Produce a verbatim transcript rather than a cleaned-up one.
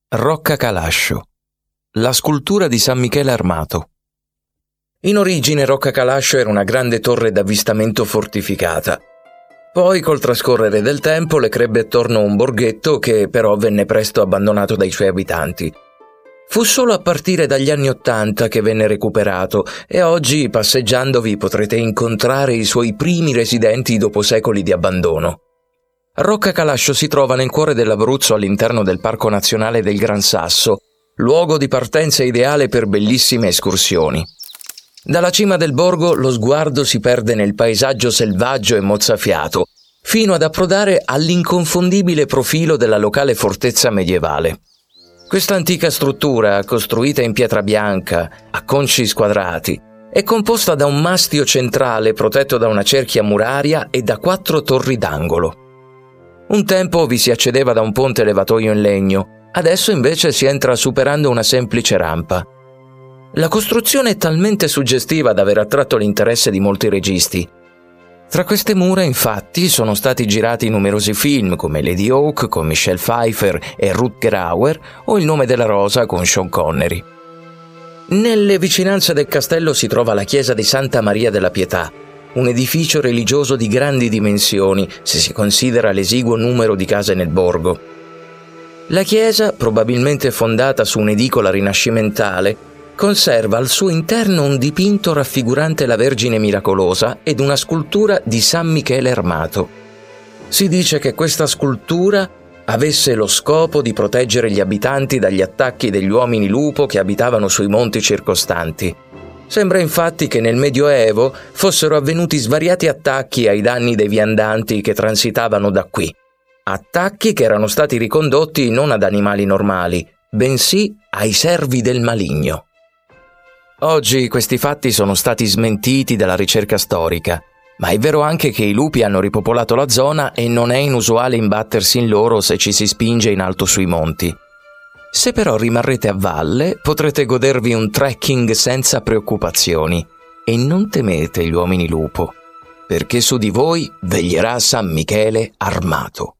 Rocca Calascio, la scultura di San Michele armato. In origine Rocca Calascio era una grande torre d'avvistamento fortificata. Poi, col trascorrere del tempo, le crebbe attorno un borghetto che però venne presto abbandonato dai suoi abitanti. Fu solo a partire dagli anni Ottanta che venne recuperato e oggi, passeggiandovi, potrete incontrare i suoi primi residenti dopo secoli di abbandono. Rocca Calascio si trova nel cuore dell'Abruzzo all'interno del Parco Nazionale del Gran Sasso, luogo di partenza ideale per bellissime escursioni. Dalla cima del borgo lo sguardo si perde nel paesaggio selvaggio e mozzafiato, fino ad approdare all'inconfondibile profilo della locale fortezza medievale. Questa antica struttura, costruita in pietra bianca, a conci squadrati, è composta da un mastio centrale protetto da una cerchia muraria e da quattro torri d'angolo. Un tempo vi si accedeva da un ponte levatoio in legno, adesso invece si entra superando una semplice rampa. La costruzione è talmente suggestiva da aver attratto l'interesse di molti registi. Tra queste mura, infatti, sono stati girati numerosi film come Lady Hawk con Michelle Pfeiffer e Rutger Hauer o Il nome della rosa con Sean Connery. Nelle vicinanze del castello si trova la chiesa di Santa Maria della Pietà, un edificio religioso di grandi dimensioni se si considera l'esiguo numero di case nel borgo. La chiesa, probabilmente fondata su un'edicola rinascimentale, conserva al suo interno un dipinto raffigurante la Vergine Miracolosa ed una scultura di San Michele armato. Si dice che questa scultura avesse lo scopo di proteggere gli abitanti dagli attacchi degli uomini lupo che abitavano sui monti circostanti. Sembra infatti che nel Medioevo fossero avvenuti svariati attacchi ai danni dei viandanti che transitavano da qui. Attacchi che erano stati ricondotti non ad animali normali, bensì ai servi del maligno. Oggi questi fatti sono stati smentiti dalla ricerca storica, ma è vero anche che i lupi hanno ripopolato la zona e non è inusuale imbattersi in loro se ci si spinge in alto sui monti. Se però rimarrete a valle, potrete godervi un trekking senza preoccupazioni e non temete gli uomini lupo, perché su di voi veglierà San Michele armato.